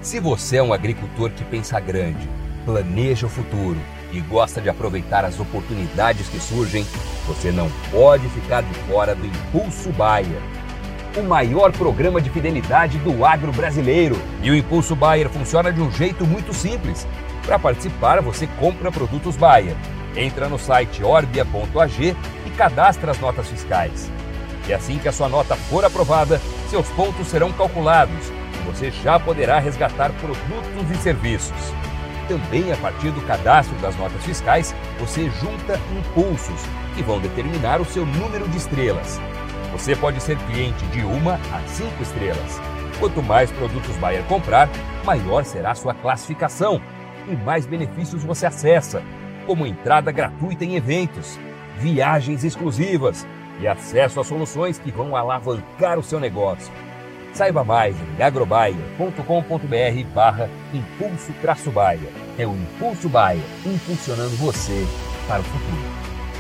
Se você é um agricultor que pensa grande, planeja o futuro e gosta de aproveitar as oportunidades que surgem, você não pode ficar de fora do Impulso Bayer, o maior programa de fidelidade do agro brasileiro. E o Impulso Bayer funciona de um jeito muito simples. Para participar, você compra produtos Bayer, entra no site orbia.ag e cadastra as notas fiscais. E assim que a sua nota for aprovada, seus pontos serão calculados e você já poderá resgatar produtos e serviços. Também, a partir do cadastro das notas fiscais, você junta impulsos que vão determinar o seu número de estrelas. Você pode ser cliente de 1 a 5 estrelas. Quanto mais produtos Bayer comprar, maior será a sua classificação e mais benefícios você acessa, como entrada gratuita em eventos, viagens exclusivas e acesso a soluções que vão alavancar o seu negócio. Saiba mais em agrobayer.com.br/impulso-bayer. É o Impulso Bayer, impulsionando você para o futuro.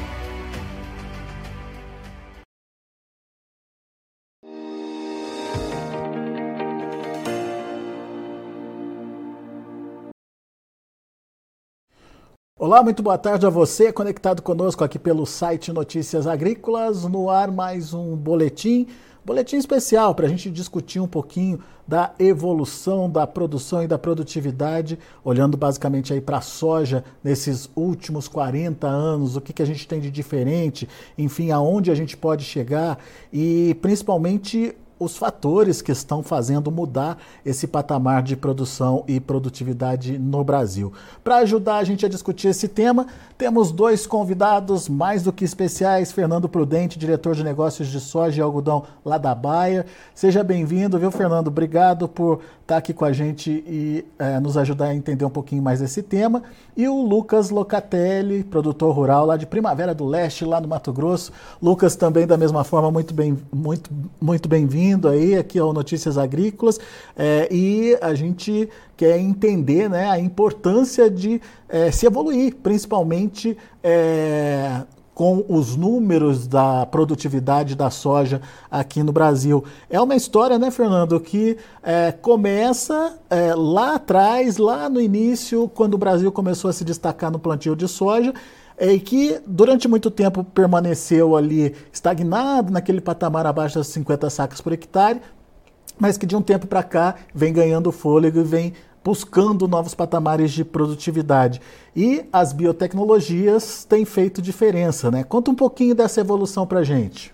Olá, muito boa tarde a você, conectado conosco aqui pelo site Notícias Agrícolas. No ar mais um boletim especial para a gente discutir um pouquinho da evolução da produção e da produtividade, olhando basicamente aí para a soja nesses últimos 40 anos, o que a gente tem de diferente, enfim, aonde a gente pode chegar e principalmente os fatores que estão fazendo mudar esse patamar de produção e produtividade no Brasil. Para ajudar a gente a discutir esse tema, temos dois convidados mais do que especiais. Fernando Prudente, diretor de negócios de soja e algodão lá da Bayer. Seja bem-vindo, viu, Fernando? Obrigado por estar aqui com a gente e nos ajudar a entender um pouquinho mais esse tema. E o Lucas Locatelli, produtor rural lá de Primavera do Leste, lá no Mato Grosso. Lucas também, da mesma forma, muito bem-vindo aí aqui ao Notícias Agrícolas, e a gente quer entender, né, a importância de se evoluir, principalmente com os números da produtividade da soja aqui no Brasil. É uma história, né, Fernando, que começa lá atrás, lá no início, quando o Brasil começou a se destacar no plantio de soja, e que durante muito tempo permaneceu ali estagnado naquele patamar abaixo das 50 sacas por hectare, mas que de um tempo para cá vem ganhando fôlego e vem buscando novos patamares de produtividade. E as biotecnologias têm feito diferença, né? Conta um pouquinho dessa evolução para a gente.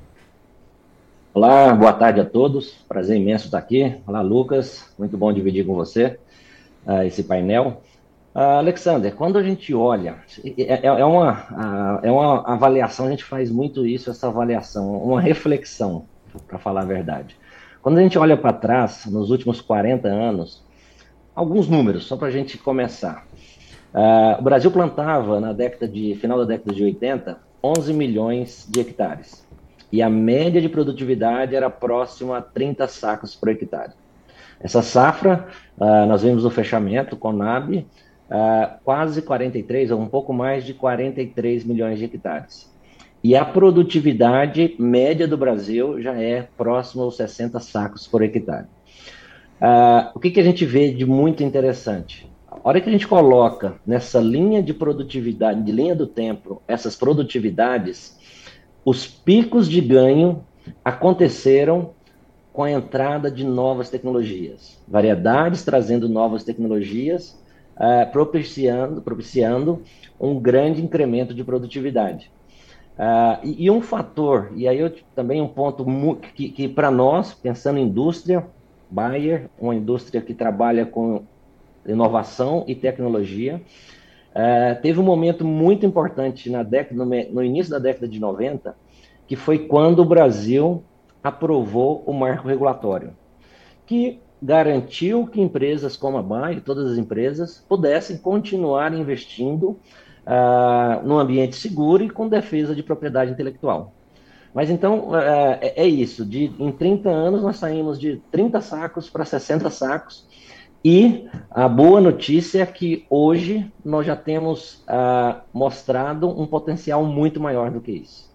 Olá, boa tarde a todos. Prazer imenso estar aqui. Olá, Lucas. Muito bom dividir com você esse painel. Alexander, quando a gente olha, é uma avaliação, a gente faz muito isso, essa avaliação, uma reflexão, para falar a verdade. Quando a gente olha para trás, nos últimos 40 anos, alguns números, só para a gente começar. O Brasil plantava, final da década de 80, 11 milhões de hectares. E a média de produtividade era próxima a 30 sacos por hectare. Essa safra, nós vimos o fechamento, Conab, quase 43, ou um pouco mais de 43 milhões de hectares. E a produtividade média do Brasil já é próximo aos 60 sacos por hectare. O que a gente vê de muito interessante? A hora que a gente coloca nessa linha de produtividade, de linha do tempo, essas produtividades, os picos de ganho aconteceram com a entrada de novas tecnologias. Variedades trazendo novas tecnologias, propiciando um grande incremento de produtividade. E um fator, e aí também um ponto que para nós, pensando em indústria, Bayer, uma indústria que trabalha com inovação e tecnologia, teve um momento muito importante no início da década de 90, que foi quando o Brasil aprovou o marco regulatório, que garantiu que empresas como a Bayer, todas as empresas, pudessem continuar investindo num ambiente seguro e com defesa de propriedade intelectual. Mas então, é isso, em 30 anos nós saímos de 30 sacos para 60 sacos, e a boa notícia é que hoje nós já temos mostrado um potencial muito maior do que isso.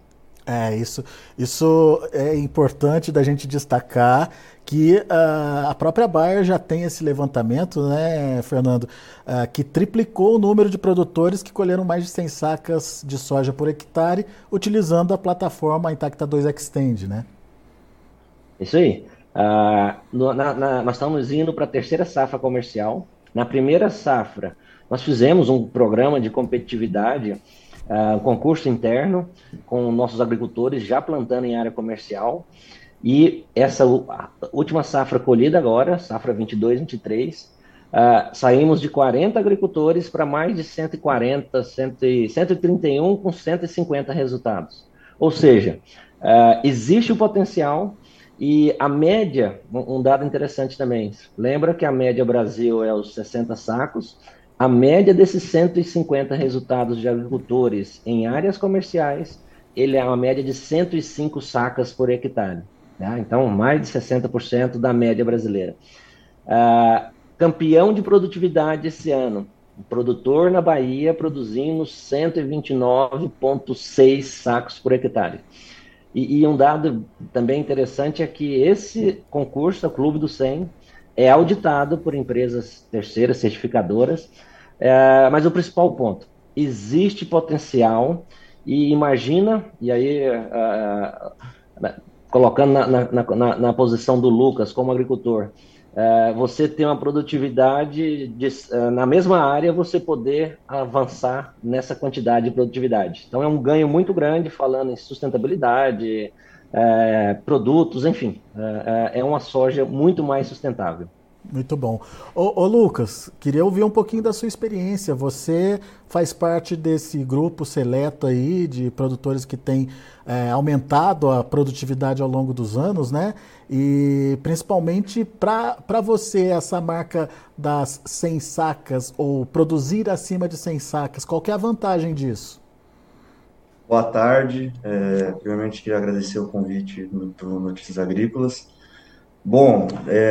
Isso é importante da gente destacar que a própria Bayer já tem esse levantamento, né, Fernando, que triplicou o número de produtores que colheram mais de 100 sacas de soja por hectare utilizando a plataforma Intacta 2 Extend, né? Isso aí. Nós estamos indo para a terceira safra comercial. Na primeira safra, nós fizemos um programa de competitividade, um concurso interno, com nossos agricultores já plantando em área comercial. E essa última safra colhida agora, safra 22-23, saímos de 40 agricultores para mais de 140, 131 com 150 resultados. Ou seja, existe o potencial. E a média, um dado interessante também, lembra que a média Brasil é os 60 sacos, a média desses 150 resultados de agricultores em áreas comerciais, ele é uma média de 105 sacas por hectare, né? Então, mais de 60% da média brasileira. Campeão de produtividade esse ano, o produtor na Bahia produzindo 129,6 sacos por hectare. E um dado também interessante é que esse concurso, o Clube do 100, é auditado por empresas terceiras, certificadoras, mas o principal ponto, existe potencial e imagina, e aí colocando na posição do Lucas como agricultor, você ter uma produtividade, na mesma área, você poder avançar nessa quantidade de produtividade. Então, é um ganho muito grande falando em sustentabilidade, produtos, enfim. É uma soja muito mais sustentável. Muito bom. Ô Lucas, queria ouvir um pouquinho da sua experiência. Você faz parte desse grupo seleto aí de produtores que tem aumentado a produtividade ao longo dos anos, né? E principalmente para você, essa marca das 100 sacas ou produzir acima de 100 sacas, qual que é a vantagem disso? Boa tarde. Primeiramente, queria agradecer o convite do Notícias Agrícolas. Bom,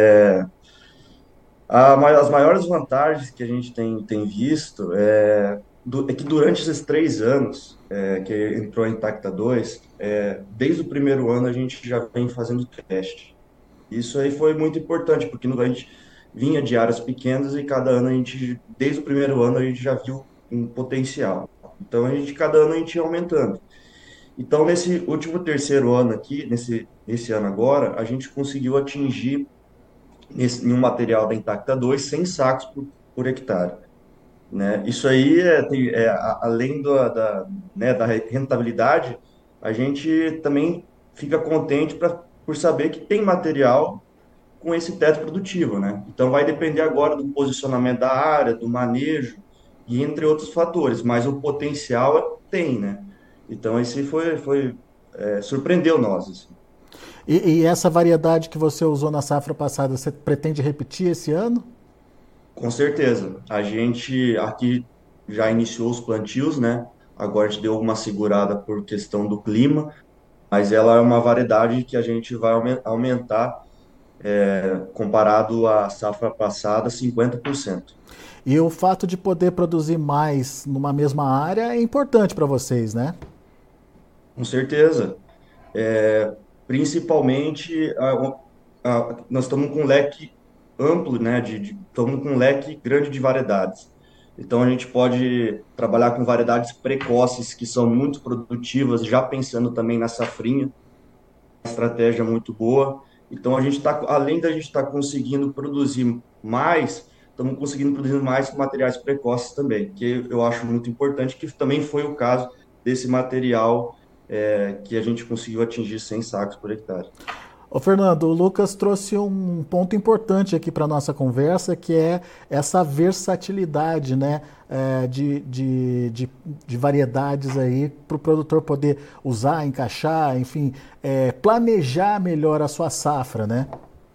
as maiores vantagens que a gente tem visto é que durante esses 3 anos que entrou a Intacta 2, desde o primeiro ano a gente já vem fazendo teste. Isso aí foi muito importante, porque a gente vinha de áreas pequenas e cada ano desde o primeiro ano, a gente já viu um potencial. Então, cada ano a gente ia aumentando. Então, nesse último terceiro ano aqui, nesse ano agora, a gente conseguiu atingir em um material da Intacta 2 100 sacos por hectare, né? Isso aí além né, da rentabilidade, a gente também fica contente por saber que tem material com esse teto produtivo, né? Então vai depender agora do posicionamento da área, do manejo e entre outros fatores, mas o potencial tem, né? Então esse surpreendeu nós, assim. E essa variedade que você usou na safra passada, você pretende repetir esse ano? Com certeza. A gente aqui já iniciou os plantios, né? Agora a gente deu uma segurada por questão do clima, mas ela é uma variedade que a gente vai aumentar, comparado à safra passada, 50%. E o fato de poder produzir mais numa mesma área é importante para vocês, né? Com certeza. Principalmente, nós estamos com um leque amplo, né? Estamos com um leque grande de variedades. Então, a gente pode trabalhar com variedades precoces, que são muito produtivas, já pensando também na safrinha, uma estratégia muito boa. Então, além da gente estar conseguindo produzir mais, estamos conseguindo produzir mais com materiais precoces também, que eu acho muito importante, que também foi o caso desse material que a gente conseguiu atingir 100 sacos por hectare. Ô Fernando, o Lucas trouxe um ponto importante aqui para a nossa conversa, que é essa versatilidade, né, de variedades aí para o produtor poder usar, encaixar, enfim, planejar melhor a sua safra, né?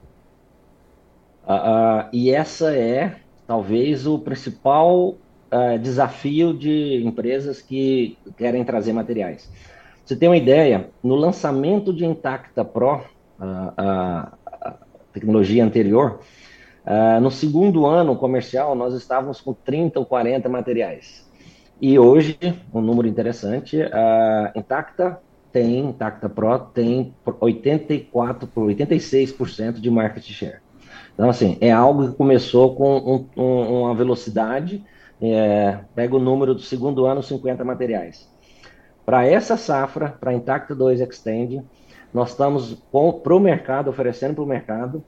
E essa é, talvez, o principal desafio de empresas que querem trazer materiais. Você tem uma ideia, no lançamento de Intacta Pro, a tecnologia anterior, no segundo ano comercial, nós estávamos com 30 ou 40 materiais. E hoje, um número interessante, a Intacta tem, Intacta Pro tem 86% de market share. Então, assim, é algo que começou com uma velocidade, pega o número do segundo ano, 50 materiais. Para essa safra, para Intacta 2 Extend, nós estamos para o mercado, oferecendo para o mercado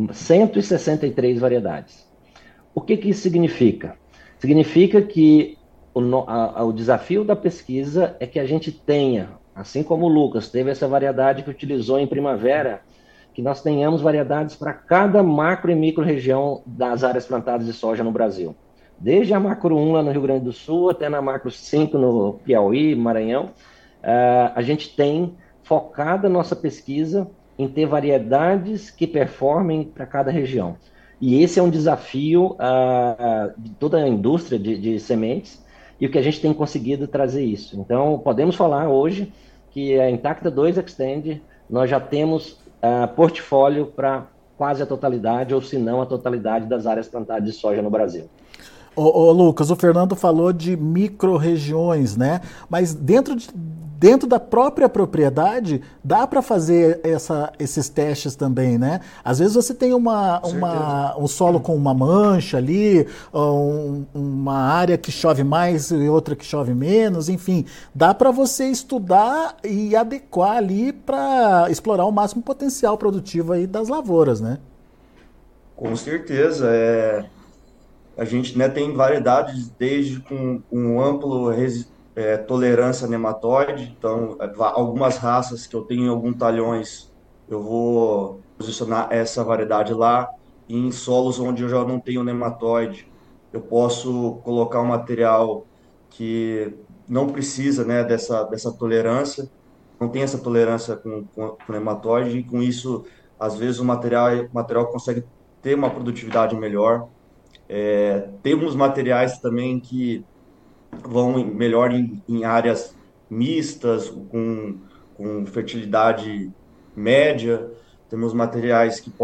163 variedades. O que isso significa? Significa que o desafio da pesquisa é que a gente tenha, assim como o Lucas teve essa variedade que utilizou em primavera, que nós tenhamos variedades para cada macro e micro região das áreas plantadas de soja no Brasil. Desde a macro 1 lá no Rio Grande do Sul até na macro 5 no Piauí, Maranhão, a gente tem focado a nossa pesquisa em ter variedades que performem para cada região. E esse é um desafio de toda a indústria de sementes, e o que a gente tem conseguido trazer isso. Então, podemos falar hoje que a Intacta 2 Extend, nós já temos portfólio para quase a totalidade, ou se não a totalidade das áreas plantadas de soja no Brasil. Ô Lucas, o Fernando falou de micro-regiões, né? Mas dentro da própria propriedade, dá para fazer esses testes também, né? Às vezes você tem um solo com uma mancha ali, uma área que chove mais e outra que chove menos, enfim. Dá para você estudar e adequar ali para explorar o máximo potencial produtivo aí das lavouras, né? Com certeza. A gente, né, tem variedades desde com um amplo tolerância a nematóide. Então, algumas raças que eu tenho em alguns talhões, eu vou posicionar essa variedade lá. E em solos onde eu já não tenho nematóide, eu posso colocar um material que não precisa, né, dessa tolerância, não tem essa tolerância com nematóide, e com isso, às vezes, o material consegue ter uma produtividade melhor. Temos materiais também que vão melhor em áreas mistas, com fertilidade média. Temos materiais que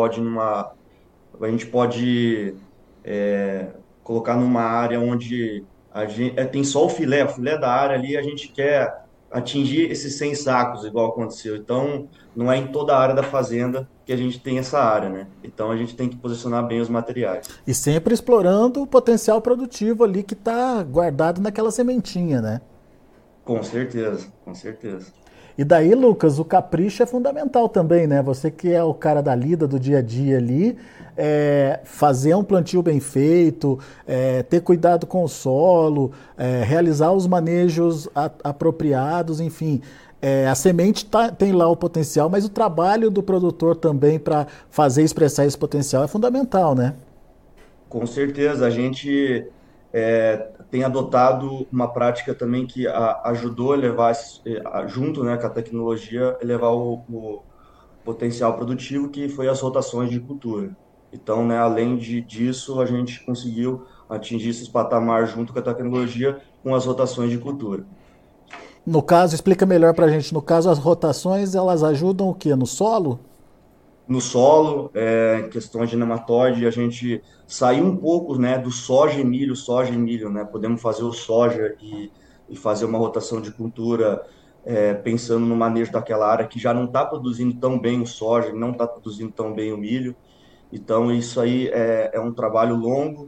a gente pode colocar numa área onde tem só o filé da área ali, a gente quer atingir esses 100 sacos, igual aconteceu. Então, não é em toda a área da fazenda que a gente tem essa área, né? Então, a gente tem que posicionar bem os materiais. E sempre explorando o potencial produtivo ali que está guardado naquela sementinha, né? Com certeza, com certeza. E daí, Lucas, o capricho é fundamental também, né? Você que é o cara da lida do dia a dia ali, fazer um plantio bem feito, ter cuidado com o solo, realizar os manejos apropriados, enfim. A semente tem lá o potencial, mas o trabalho do produtor também para fazer expressar esse potencial é fundamental, né? Com certeza, a gente tem adotado uma prática também que ajudou a levar, junto, né, com a tecnologia, elevar o potencial produtivo, que foi as rotações de cultura. Então, né, além disso, a gente conseguiu atingir esses patamares junto com a tecnologia com as rotações de cultura. No caso, explica melhor para a gente, no caso, as rotações, elas ajudam o quê? No solo? No solo, em questões de nematóide, a gente saiu um pouco, né, do soja e milho, né? Podemos fazer o soja e fazer uma rotação de cultura, pensando no manejo daquela área que já não está produzindo tão bem o soja, não está produzindo tão bem o milho. Então, isso aí é um trabalho longo,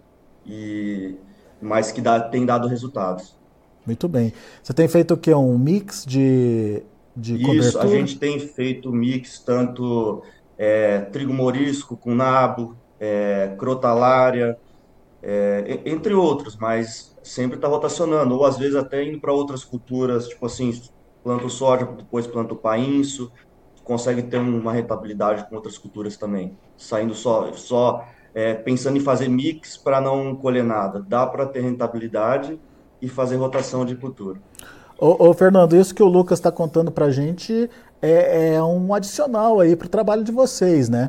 mas que tem dado resultados. Muito bem. Você tem feito o quê? Um mix de Isso, a cobertura? gente tem feito mix, tanto trigo morisco com nabo, crotalária, entre outros, mas sempre está rotacionando, ou às vezes até indo para outras culturas, tipo assim, planta o soja, depois planta o painço, consegue ter uma rentabilidade com outras culturas também, saindo só pensando em fazer mix para não colher nada, dá para ter rentabilidade e fazer rotação de cultura. Ô, Fernando, isso que o Lucas está contando para a gente é um adicional aí para o trabalho de vocês, né?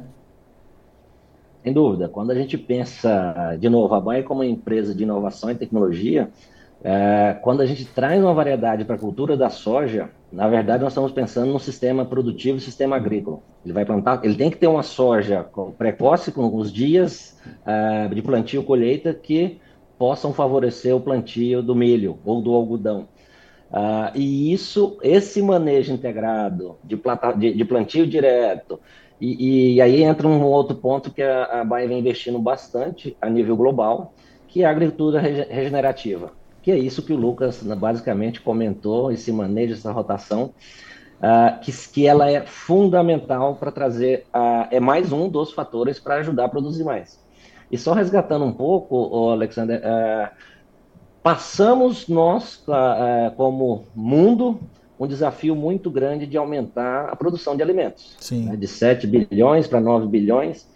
Sem dúvida. Quando a gente pensa, de novo, a Bayer como empresa de inovação e tecnologia, quando a gente traz uma variedade para a cultura da soja, na verdade nós estamos pensando num sistema produtivo e sistema agrícola. Ele vai plantar, ele tem que ter uma soja precoce, com os dias de plantio e colheita que possam favorecer o plantio do milho ou do algodão. E esse manejo integrado de plantio direto, e aí entra um outro ponto que a Bayer vem investindo bastante a nível global, que é a agricultura regenerativa, que é isso que o Lucas basicamente comentou, esse manejo, essa rotação, que ela é fundamental para trazer, é mais um dos fatores para ajudar a produzir mais. E só resgatando um pouco, Alexander, passamos nós, como mundo, um desafio muito grande de aumentar a produção de alimentos, né, de 7 bilhões para 9 bilhões,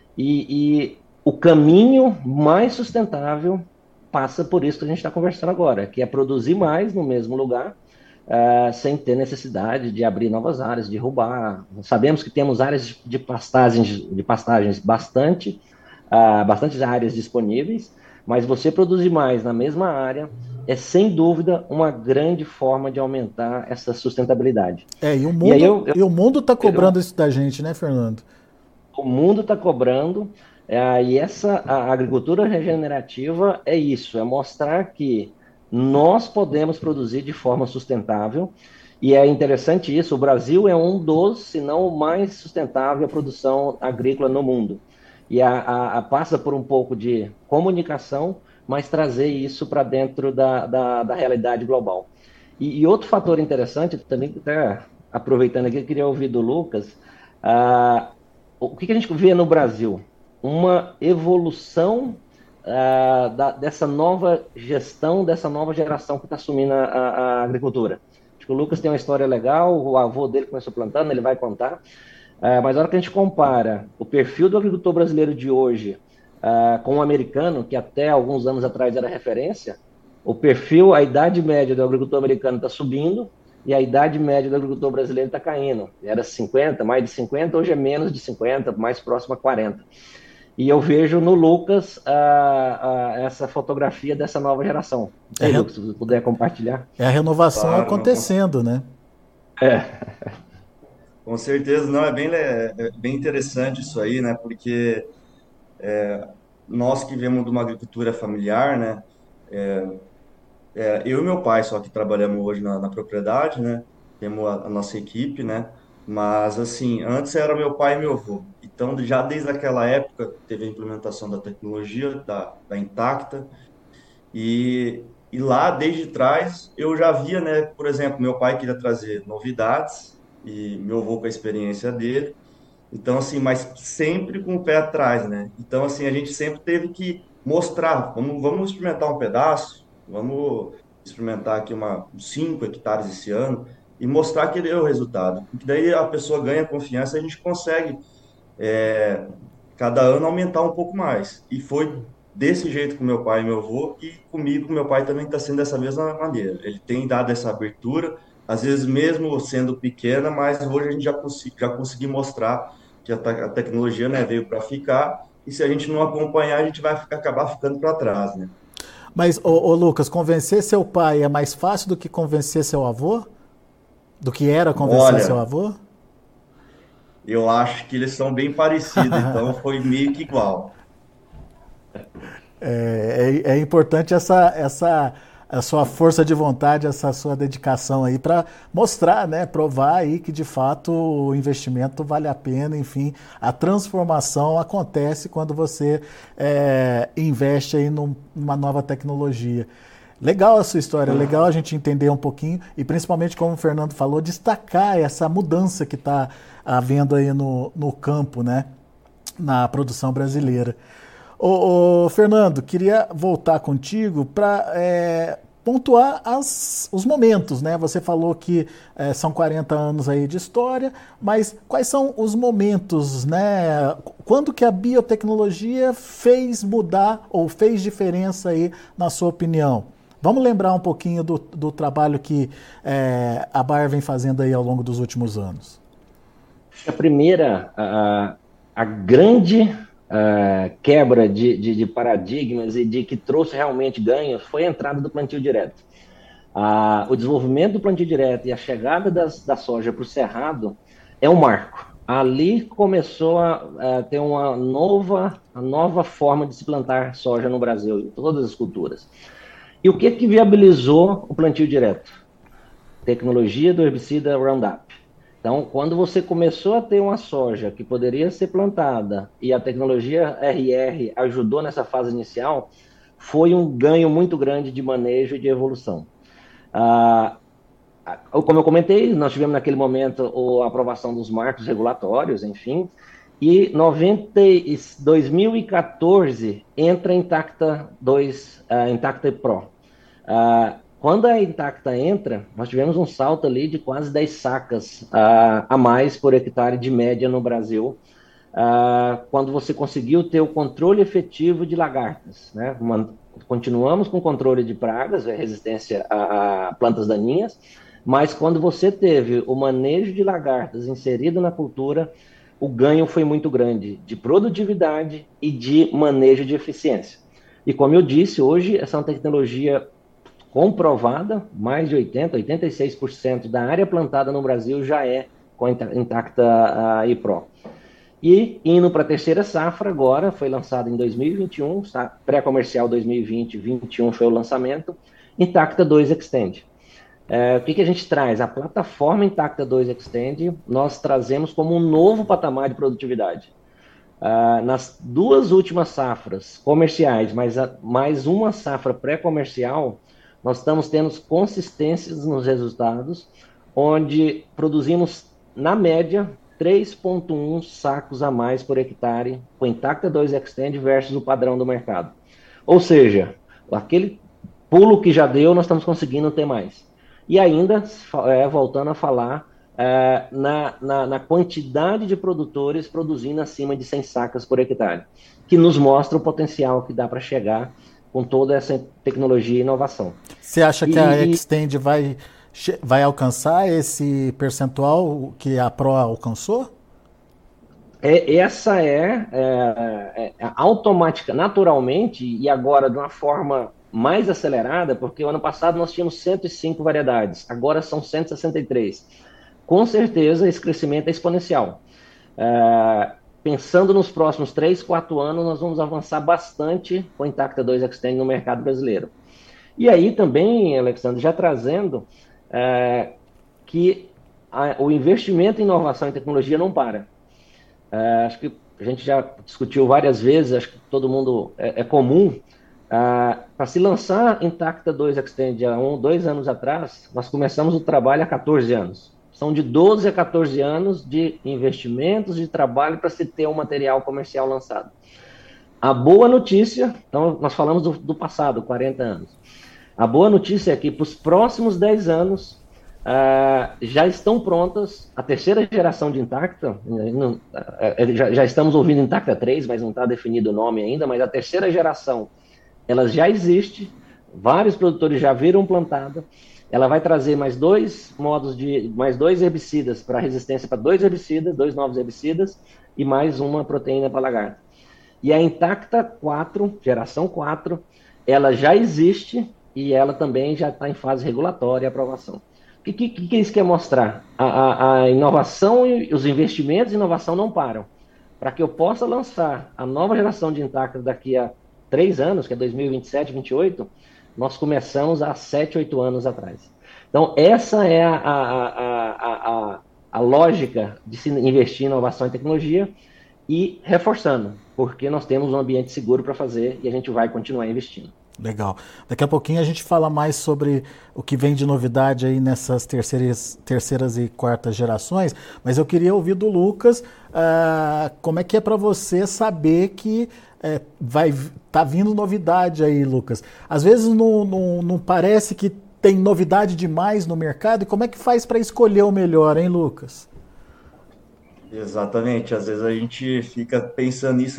e o caminho mais sustentável passa por isso que a gente está conversando agora, que é produzir mais no mesmo lugar, sem ter necessidade de abrir novas áreas, de derrubar. Sabemos que temos áreas de pastagens bastante áreas disponíveis, mas você produzir mais na mesma área é, sem dúvida, uma grande forma de aumentar essa sustentabilidade. E o mundo está cobrando isso da gente, né, Fernando? O mundo está cobrando, e a agricultura regenerativa é isso, é mostrar que nós podemos produzir de forma sustentável, e é interessante isso, o Brasil é um dos, se não o mais sustentável a produção agrícola no mundo. E passa por um pouco de comunicação, mas trazer isso para dentro da realidade global. E outro fator interessante, também até aproveitando aqui, eu queria ouvir do Lucas, o que a gente vê no Brasil? Uma evolução dessa nova gestão, dessa nova geração que está assumindo a agricultura. Acho que o Lucas tem uma história legal, o avô dele começou plantando, ele vai contar. Mas na hora que a gente compara o perfil do agricultor brasileiro de hoje com o americano, que até alguns anos atrás era referência, o perfil, a idade média do agricultor americano está subindo e a idade média do agricultor brasileiro está caindo. Era 50, mais de 50, hoje é menos de 50, mais próximo a 40. E eu vejo no Lucas essa fotografia dessa nova geração. Lucas, se você puder compartilhar. É a renovação acontecendo, né? Com certeza, não, é bem interessante isso aí, né? Porque nós que vemos de uma agricultura familiar, né? Eu e meu pai só que trabalhamos hoje na propriedade, né? Temos a nossa equipe, né? Mas, assim, antes era meu pai e meu avô. Então, já desde aquela época, teve a implementação da tecnologia, da Intacta. E lá, desde trás, eu já via, né? Por exemplo, meu pai queria trazer novidades e meu avô com a experiência dele. Então, assim, mas sempre com o pé atrás, né? Então, assim, a gente sempre teve que mostrar, vamos experimentar um pedaço, vamos experimentar aqui uns 5 hectares esse ano e mostrar que deu o resultado. Porque daí a pessoa ganha confiança e a gente consegue, cada ano, aumentar um pouco mais. E foi desse jeito com meu pai e meu avô, e comigo, meu pai também está sendo dessa mesma maneira. Ele tem dado essa abertura, às vezes mesmo sendo pequena, mas hoje a gente já conseguiu mostrar que a tecnologia, né, veio para ficar, e se a gente não acompanhar, a gente vai acabar ficando para trás, né? Mas, ô Lucas, convencer seu pai é mais fácil do que convencer seu avô? Do que era convencer seu avô? Eu acho que eles são bem parecidos, então foi meio que igual. É importante a sua força de vontade, essa sua dedicação aí para mostrar, né, provar aí que de fato o investimento vale a pena, enfim, a transformação acontece quando você investe aí numa nova tecnologia. Legal a sua história, legal a gente entender um pouquinho e principalmente, como o Fernando falou, destacar essa mudança que está havendo aí no campo, né, na produção brasileira. Ô, Fernando, queria voltar contigo para pontuar os momentos, né? Você falou que são 40 anos aí de história, mas quais são os momentos, né? Quando que a biotecnologia fez mudar ou fez diferença aí, na sua opinião? Vamos lembrar um pouquinho do trabalho que a Bayer vem fazendo aí ao longo dos últimos anos. A primeira, a grande quebra de paradigmas e de que trouxe realmente ganhos foi a entrada do plantio direto. O desenvolvimento do plantio direto e a chegada da soja para o cerrado é um marco. Ali começou a ter uma nova forma de se plantar soja no Brasil, em todas as culturas. E o que viabilizou o plantio direto? tecnologia do herbicida Roundup. Então, quando você começou a ter uma soja que poderia ser plantada e a tecnologia RR ajudou nessa fase inicial, foi um ganho muito grande de manejo e de evolução. Como eu comentei, nós tivemos naquele momento a aprovação dos marcos regulatórios, enfim, e 2014 entra a Intacta 2, a Intacta Pro. Quando a Intacta entra, nós tivemos um salto ali de quase 10 sacas a mais por hectare de média no Brasil, quando você conseguiu ter o controle efetivo de lagartas, né? Continuamos com controle de pragas, resistência a plantas daninhas, mas quando você teve o manejo de lagartas inserido na cultura, o ganho foi muito grande de produtividade e de manejo de eficiência. E como eu disse, hoje essa é uma tecnologia comprovada, mais de 86% da área plantada no Brasil já é com a Intacta e-Pro. E indo para a terceira safra agora, foi lançado em 2021, pré-comercial 2020-2021 foi o lançamento, Intacta 2 Extend. O que a gente traz? A plataforma Intacta 2 Extend, nós trazemos como um novo patamar de produtividade. Nas duas últimas safras comerciais, mais uma safra pré-comercial, nós estamos tendo consistências nos resultados, onde produzimos, na média, 3,1 sacos a mais por hectare com Intacta 2 Extend versus o padrão do mercado. Ou seja, aquele pulo que já deu, nós estamos conseguindo ter mais. E ainda, voltando a falar, na quantidade de produtores produzindo acima de 100 sacas por hectare, que nos mostra o potencial que dá para chegar com toda essa tecnologia e inovação. Você acha que a Extend vai alcançar esse percentual que a Pro alcançou? Essa automática, naturalmente, e agora de uma forma mais acelerada, porque o ano passado nós tínhamos 105 variedades, agora são 163. Com certeza esse crescimento é exponencial. Pensando nos próximos 3, 4 anos, nós vamos avançar bastante com a Intacta 2 Extend no mercado brasileiro. E aí também, Alexandre, já trazendo que o investimento em inovação e tecnologia não para. Acho que a gente já discutiu várias vezes, acho que todo mundo é comum, para se lançar Intacta 2 Extend há 2 anos atrás, nós começamos o trabalho há 14 anos. São de 12 a 14 anos de investimentos, de trabalho para se ter um material comercial lançado. A boa notícia, então nós falamos do passado, 40 anos. A boa notícia é que para os próximos 10 anos já estão prontas a terceira geração de Intacta. Já estamos ouvindo Intacta 3, mas não está definido o nome ainda, mas a terceira geração ela já existe, vários produtores já viram plantada. Ela vai trazer mais 2 herbicidas para resistência para 2 herbicidas, 2 novos herbicidas e mais uma proteína para lagarta. E a Intacta 4, geração 4, ela já existe e ela também já está em fase regulatória e aprovação. O que isso quer mostrar? A inovação e os investimentos em inovação não param. Para que eu possa lançar a nova geração de Intacta daqui a 3 anos, que é 2027, 2028, nós começamos há 7, 8 anos atrás. Então, essa é a lógica de se investir em inovação e tecnologia e reforçando, porque nós temos um ambiente seguro para fazer e a gente vai continuar investindo. Legal. Daqui a pouquinho a gente fala mais sobre o que vem de novidade aí nessas terceiras e quartas gerações, mas eu queria ouvir do Lucas como é que é para você saber que tá vindo novidade aí, Lucas. Às vezes não parece que tem novidade demais no mercado, e como é que faz para escolher o melhor, hein, Lucas? Exatamente, às vezes a gente fica pensando nisso,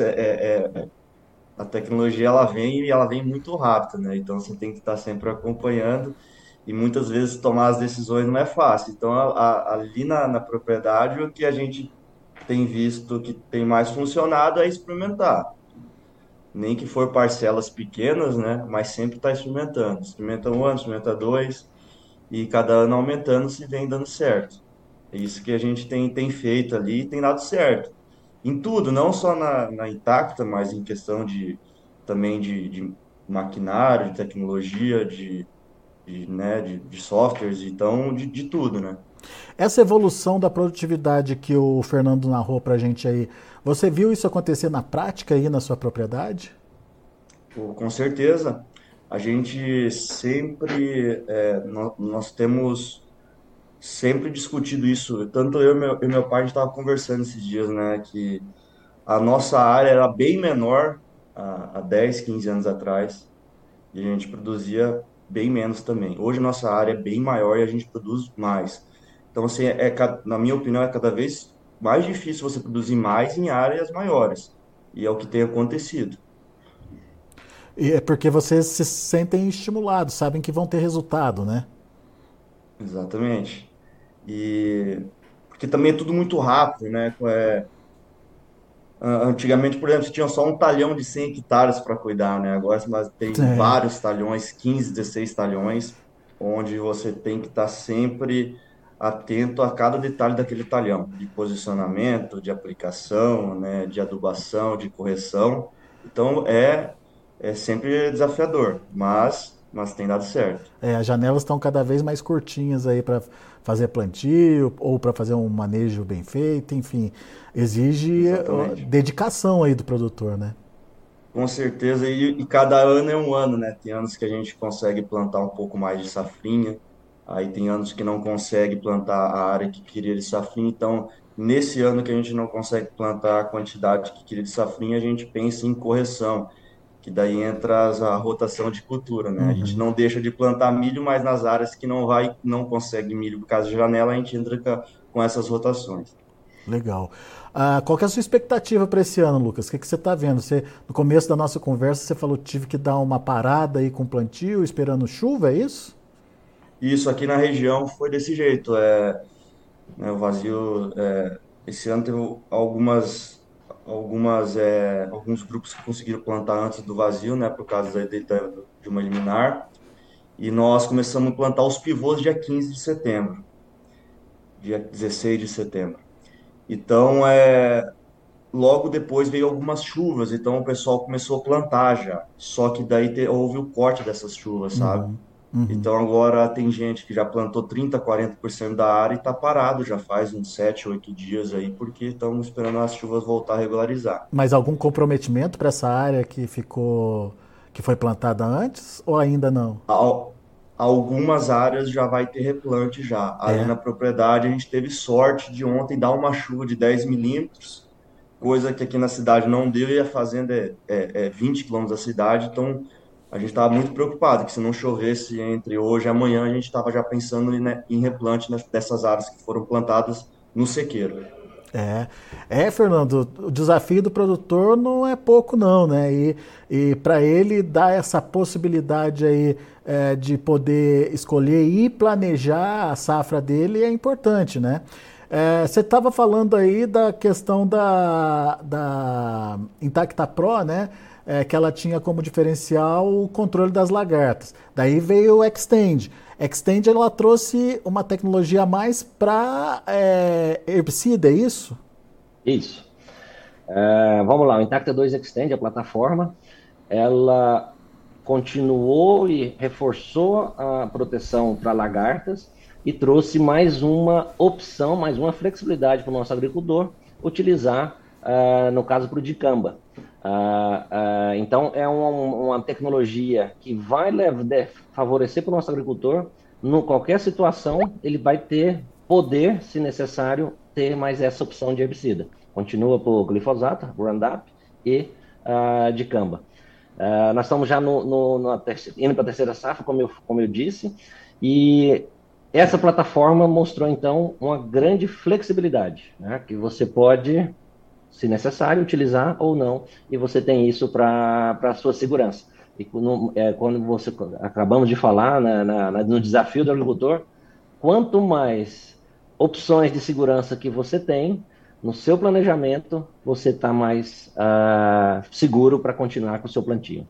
a tecnologia ela vem e ela vem muito rápido, né? Então você tem que estar sempre acompanhando e muitas vezes tomar as decisões não é fácil. Então ali na propriedade o que a gente tem visto que tem mais funcionado é experimentar. Nem que for parcelas pequenas, né? Mas sempre está experimentando. Experimenta 1 ano, experimenta 2 e cada ano aumentando se vem dando certo. É isso que a gente tem feito ali e tem dado certo. Em tudo, não só na Intacta, mas em questão também de maquinário, de tecnologia, de de softwares, então de tudo, né? Essa evolução da produtividade que o Fernando narrou para a gente aí, você viu isso acontecer na prática aí na sua propriedade? Pô, com certeza, a gente sempre, nós temos sempre discutido isso, tanto eu e meu pai, a gente estava conversando esses dias, né, que a nossa área era bem menor há 10, 15 anos atrás, e a gente produzia bem menos também. Hoje nossa área é bem maior e a gente produz mais. Então, assim, na minha opinião, é cada vez mais difícil você produzir mais em áreas maiores, e é o que tem acontecido. E é porque vocês se sentem estimulados, sabem que vão ter resultado, né? Exatamente. E porque também é tudo muito rápido, né? Antigamente, por exemplo, você tinha só um talhão de 100 hectares para cuidar, né? Agora você tem É, vários talhões, 15, 16 talhões, onde você tem que estar sempre atento a cada detalhe daquele talhão, de posicionamento, de aplicação, né? De adubação, de correção. Então, é sempre desafiador, mas tem dado certo. as janelas estão cada vez mais curtinhas aí para fazer plantio ou para fazer um manejo bem feito, enfim, exige Exatamente. dedicação aí do produtor, né? Com certeza, e cada ano é um ano, né? Tem anos que a gente consegue plantar um pouco mais de safrinha, aí tem anos que não consegue plantar a área que queria de safrinha, então nesse ano que a gente não consegue plantar a quantidade que queria de safrinha, a gente pensa em correção, que daí entra a rotação de cultura, né? A gente Uhum. não deixa de plantar milho, mas nas áreas que não consegue milho por causa de janela, a gente entra com essas rotações. Legal. Qual que é a sua expectativa para esse ano, Lucas? O que você está vendo? No começo da nossa conversa, você falou que tive que dar uma parada aí com o plantio, esperando chuva, é isso? E isso aqui na região foi desse jeito, né, o vazio, esse ano teve alguns grupos que conseguiram plantar antes do vazio, né, por causa de uma liminar, e nós começamos a plantar os pivôs dia 15 de setembro, dia 16 de setembro. Então, logo depois veio algumas chuvas, então o pessoal começou a plantar já, só que daí houve o corte dessas chuvas, sabe? Uhum, uhum. Então agora tem gente que já plantou 30, 40% da área e está parado já faz uns 7, 8 dias aí, porque estão esperando as chuvas voltar a regularizar. Mas algum comprometimento para essa área que foi plantada antes ou ainda não? Al- Algumas áreas já vai ter replante já. Ali É. na propriedade a gente teve sorte de ontem dar uma chuva de 10 milímetros, coisa que aqui na cidade não deu e a fazenda é 20 quilômetros da cidade, então a gente estava muito preocupado que se não chovesse entre hoje e amanhã, a gente estava já pensando em replante dessas áreas que foram plantadas no sequeiro. É, Fernando, o desafio do produtor não é pouco não, né? E para ele dar essa possibilidade aí de poder escolher e planejar a safra dele é importante, né? Você estava falando aí da questão da Intacta Pro, né? Que ela tinha como diferencial o controle das lagartas. Daí veio o Extend. Extend ela trouxe uma tecnologia a mais para herbicida, é isso? Isso. Vamos lá, o Intacta 2 Extend, a plataforma, ela continuou e reforçou a proteção para lagartas e trouxe mais uma opção, mais uma flexibilidade para o nosso agricultor utilizar, no caso, para o dicamba. Então, é uma tecnologia que vai favorecer para o nosso agricultor. Em qualquer situação, ele vai ter poder, se necessário, ter mais essa opção de herbicida. Continua por glifosato, Roundup e dicamba. Nós estamos já indo para a terceira safra, como eu disse, e essa plataforma mostrou, então, uma grande flexibilidade, né, que você pode, se necessário, utilizar ou não, e você tem isso para a sua segurança. E quando acabamos de falar no desafio do agricultor, quanto mais opções de segurança que você tem, no seu planejamento, você está mais seguro para continuar com o seu plantio.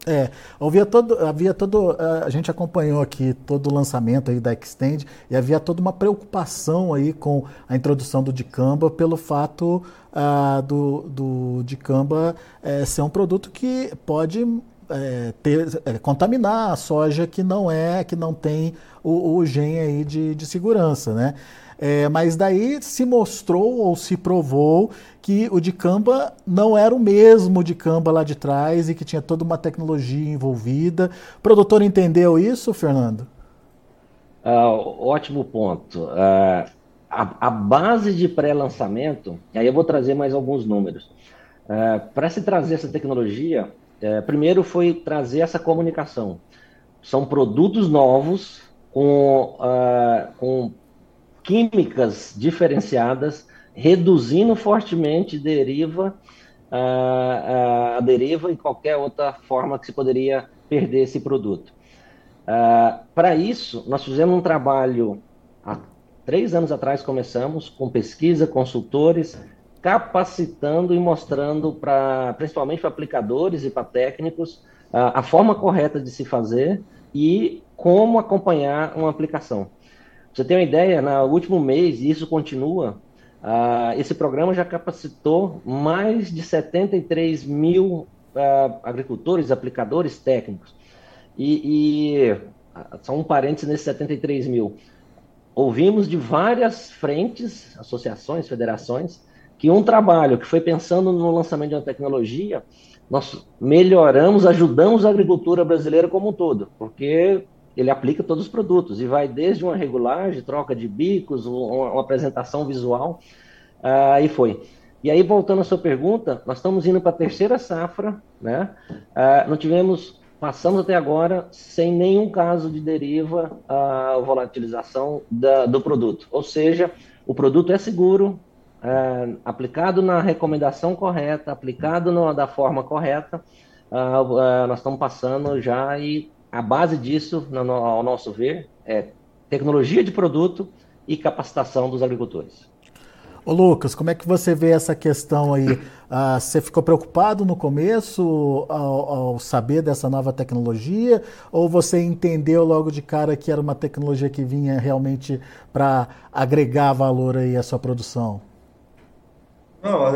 A gente acompanhou aqui todo o lançamento aí da Extend e havia toda uma preocupação aí com a introdução do dicamba pelo fato do dicamba ser um produto que pode contaminar a soja que não tem o gene aí de segurança, né? Mas daí se mostrou ou se provou que o dicamba não era o mesmo dicamba lá de trás e que tinha toda uma tecnologia envolvida. O produtor entendeu isso, Fernando? Ótimo ponto. A base de pré-lançamento, aí eu vou trazer mais alguns números. Para se trazer essa tecnologia, primeiro foi trazer essa comunicação. São produtos novos com químicas diferenciadas, reduzindo fortemente a deriva e qualquer outra forma que se poderia perder esse produto. Para isso, nós fizemos um trabalho, há 3 anos atrás começamos, com pesquisa, consultores, capacitando e mostrando, principalmente para aplicadores e para técnicos, a forma correta de se fazer e como acompanhar uma aplicação. Pra você ter uma ideia, no último mês, e isso continua, esse programa já capacitou mais de 73 mil agricultores, aplicadores técnicos. E só um parênteses nesses 73 mil. Ouvimos de várias frentes, associações, federações, que um trabalho que foi pensando no lançamento de uma tecnologia, nós melhoramos, ajudamos a agricultura brasileira como um todo, porque ele aplica todos os produtos e vai desde uma regulagem, troca de bicos, uma apresentação visual, e foi. E aí, voltando à sua pergunta, nós estamos indo para a terceira safra, né? Passamos até agora sem nenhum caso de deriva ou volatilização do produto. Ou seja, o produto é seguro, aplicado na recomendação correta, aplicado da forma correta, nós estamos passando já e a base disso, ao nosso ver, é tecnologia de produto e capacitação dos agricultores. Ô Lucas, como é que você vê essa questão aí? Você ficou preocupado no começo ao saber dessa nova tecnologia? Ou você entendeu logo de cara que era uma tecnologia que vinha realmente para agregar valor aí à sua produção? Não,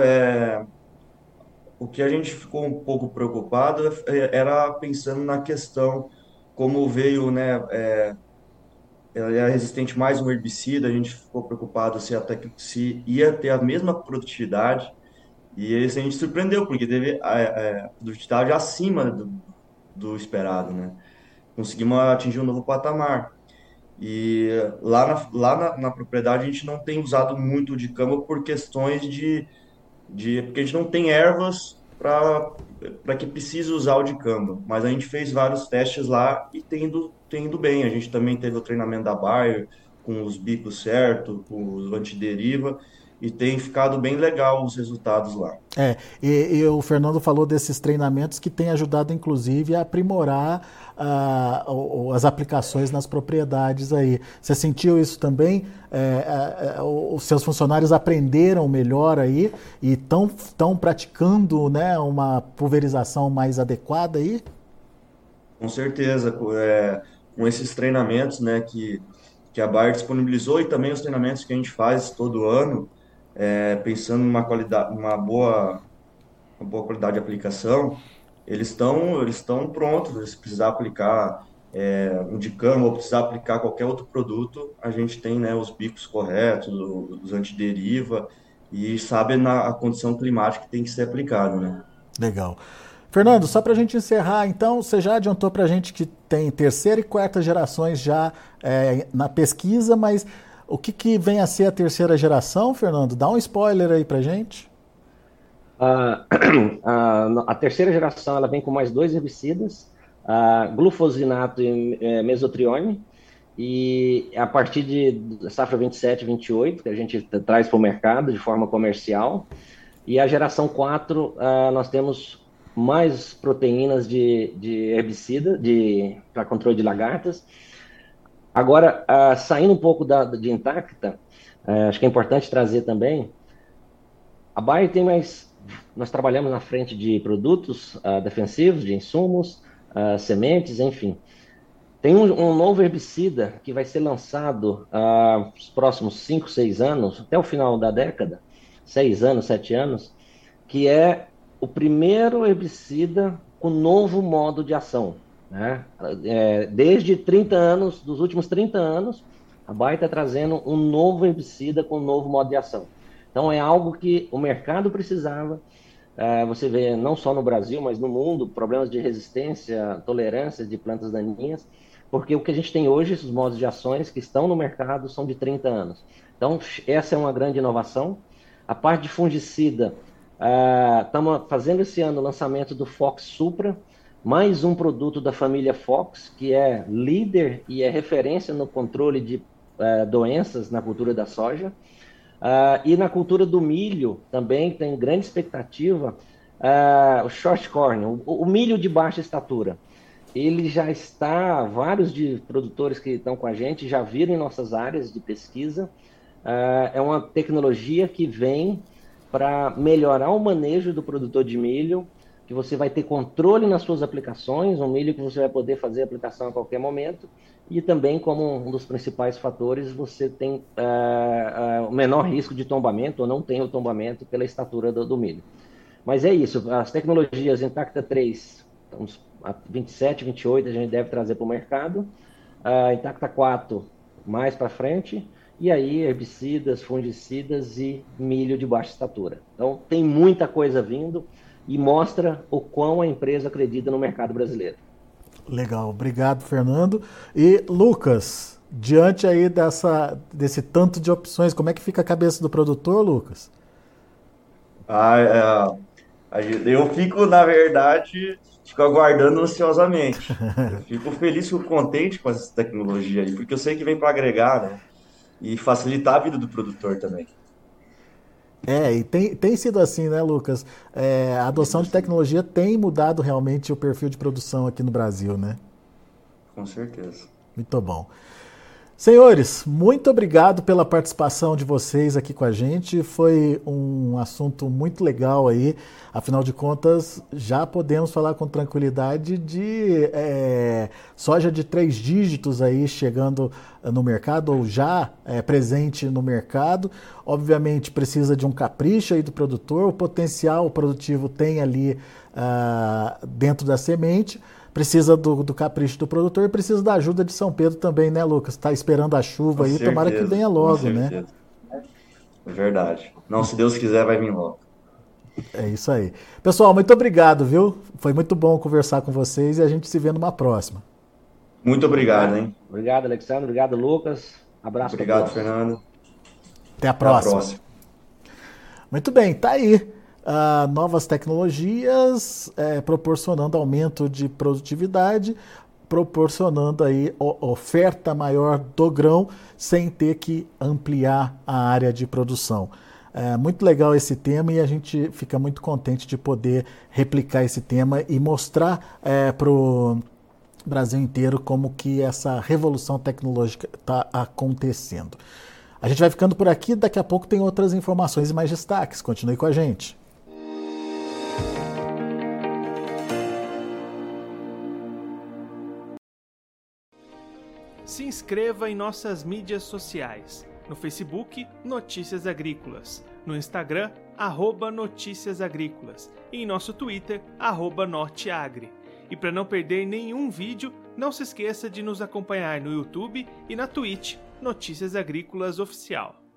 o que a gente ficou um pouco preocupado era pensando na questão como veio, né, ela é resistente mais um herbicida, a gente ficou preocupado se ia ter a mesma produtividade, e isso a gente surpreendeu, porque teve a produtividade acima do esperado, né? Conseguimos atingir um novo patamar. E lá na propriedade a gente não tem usado muito o dicamba por questões porque a gente não tem ervas para que precise usar o dicamba, mas a gente fez vários testes lá e tem ido bem. A gente também teve o treinamento da Bayer com os bicos certos, com os antideriva, e tem ficado bem legal os resultados lá. E o Fernando falou desses treinamentos que têm ajudado, inclusive, a aprimorar as aplicações nas propriedades aí. Você sentiu isso também? Os seus funcionários aprenderam melhor aí e estão praticando, né, uma pulverização mais adequada aí? Com certeza, com esses treinamentos, né, que a Bayer disponibilizou e também os treinamentos que a gente faz todo ano, pensando numa qualidade, uma boa qualidade de aplicação, eles estão prontos. Se precisar aplicar um dicamba ou precisar aplicar qualquer outro produto, a gente tem, né, os bicos corretos, os antideriva, e sabe a condição climática que tem que ser aplicado, né? Legal. Fernando, só para a gente encerrar, então, você já adiantou para a gente que tem terceira e quarta gerações já na pesquisa, mas o que vem a ser a terceira geração, Fernando? Dá um spoiler aí para a gente. A terceira geração ela vem com mais 2 herbicidas, glufosinato e mesotrione, e a partir de safra 27 e 28, que a gente traz para o mercado de forma comercial, e a geração 4, nós temos mais proteínas de herbicida para controle de lagartas. Agora, saindo um pouco de Intacta, acho que é importante trazer também, a Bayer tem mais, nós trabalhamos na frente de produtos defensivos, de insumos, sementes, enfim. Tem um novo herbicida que vai ser lançado nos próximos 5, 6 anos, até o final da década, 6 anos, 7 anos, que é o primeiro herbicida com novo modo de ação, né? Desde 30 anos, dos últimos 30 anos, a Bayer está trazendo um novo herbicida com um novo modo de ação. Então é algo que o mercado precisava. Você vê não só no Brasil, mas no mundo, problemas de resistência, tolerância de plantas daninhas, porque o que a gente tem hoje, esses modos de ações que estão no mercado, são de 30 anos. Então, essa é uma grande inovação. A parte de fungicida, estamos fazendo esse ano o lançamento do Fox Supra, mais um produto da família Fox, que é líder e é referência no controle de doenças na cultura da soja. E na cultura do milho também tem grande expectativa, o short corn, o milho de baixa estatura. Ele já está, vários de produtores que estão com a gente já viram em nossas áreas de pesquisa. É uma tecnologia que vem para melhorar o manejo do produtor de milho, que você vai ter controle nas suas aplicações, um milho que você vai poder fazer a aplicação a qualquer momento, e também como um dos principais fatores, você tem o menor risco de tombamento, ou não tem o tombamento pela estatura do milho. Mas é isso, as tecnologias Intacta 3, estamos a 27, 28, a gente deve trazer para o mercado, Intacta 4 mais para frente, e aí herbicidas, fungicidas e milho de baixa estatura. Então tem muita coisa vindo e mostra o quão a empresa acredita no mercado brasileiro. Legal, obrigado, Fernando. E Lucas, diante aí desse tanto de opções, como é que fica a cabeça do produtor, Lucas? Eu fico, na verdade, aguardando ansiosamente. Eu fico feliz e contente com essa tecnologia aí, porque eu sei que vem para agregar, né? E facilitar a vida do produtor também. E tem sido assim, né, Lucas? A adoção de tecnologia tem mudado realmente o perfil de produção aqui no Brasil, né? Com certeza. Muito bom. Senhores, muito obrigado pela participação de vocês aqui com a gente. Foi um assunto muito legal aí. Afinal de contas, já podemos falar com tranquilidade de soja de 3 dígitos aí chegando no mercado, ou já presente no mercado. Obviamente precisa de um capricho aí do produtor, o potencial produtivo tem ali dentro da semente. Precisa do capricho do produtor e precisa da ajuda de São Pedro também, né, Lucas? Está esperando a chuva aí, tomara que venha logo, né? É verdade. Não, se Deus quiser, vai vir logo. É isso aí. Pessoal, muito obrigado, viu? Foi muito bom conversar com vocês e a gente se vê numa próxima. Muito obrigado, hein? Obrigado, Alexandre. Obrigado, Lucas. Abraço. Obrigado, Fernando. Até a próxima. Muito bem, tá aí. Novas tecnologias proporcionando aumento de produtividade, proporcionando aí oferta maior do grão sem ter que ampliar a área de produção. Muito legal esse tema e a gente fica muito contente de poder replicar esse tema e mostrar para o Brasil inteiro como que essa revolução tecnológica está acontecendo. A gente vai ficando por aqui, daqui a pouco tem outras informações e mais destaques. Continue com a gente. Se inscreva em nossas mídias sociais. No Facebook, Notícias Agrícolas. No Instagram, @Notícias Agrícolas. E em nosso Twitter, @Norteagri. E para não perder nenhum vídeo, não se esqueça de nos acompanhar no YouTube e na Twitch, Notícias Agrícolas Oficial.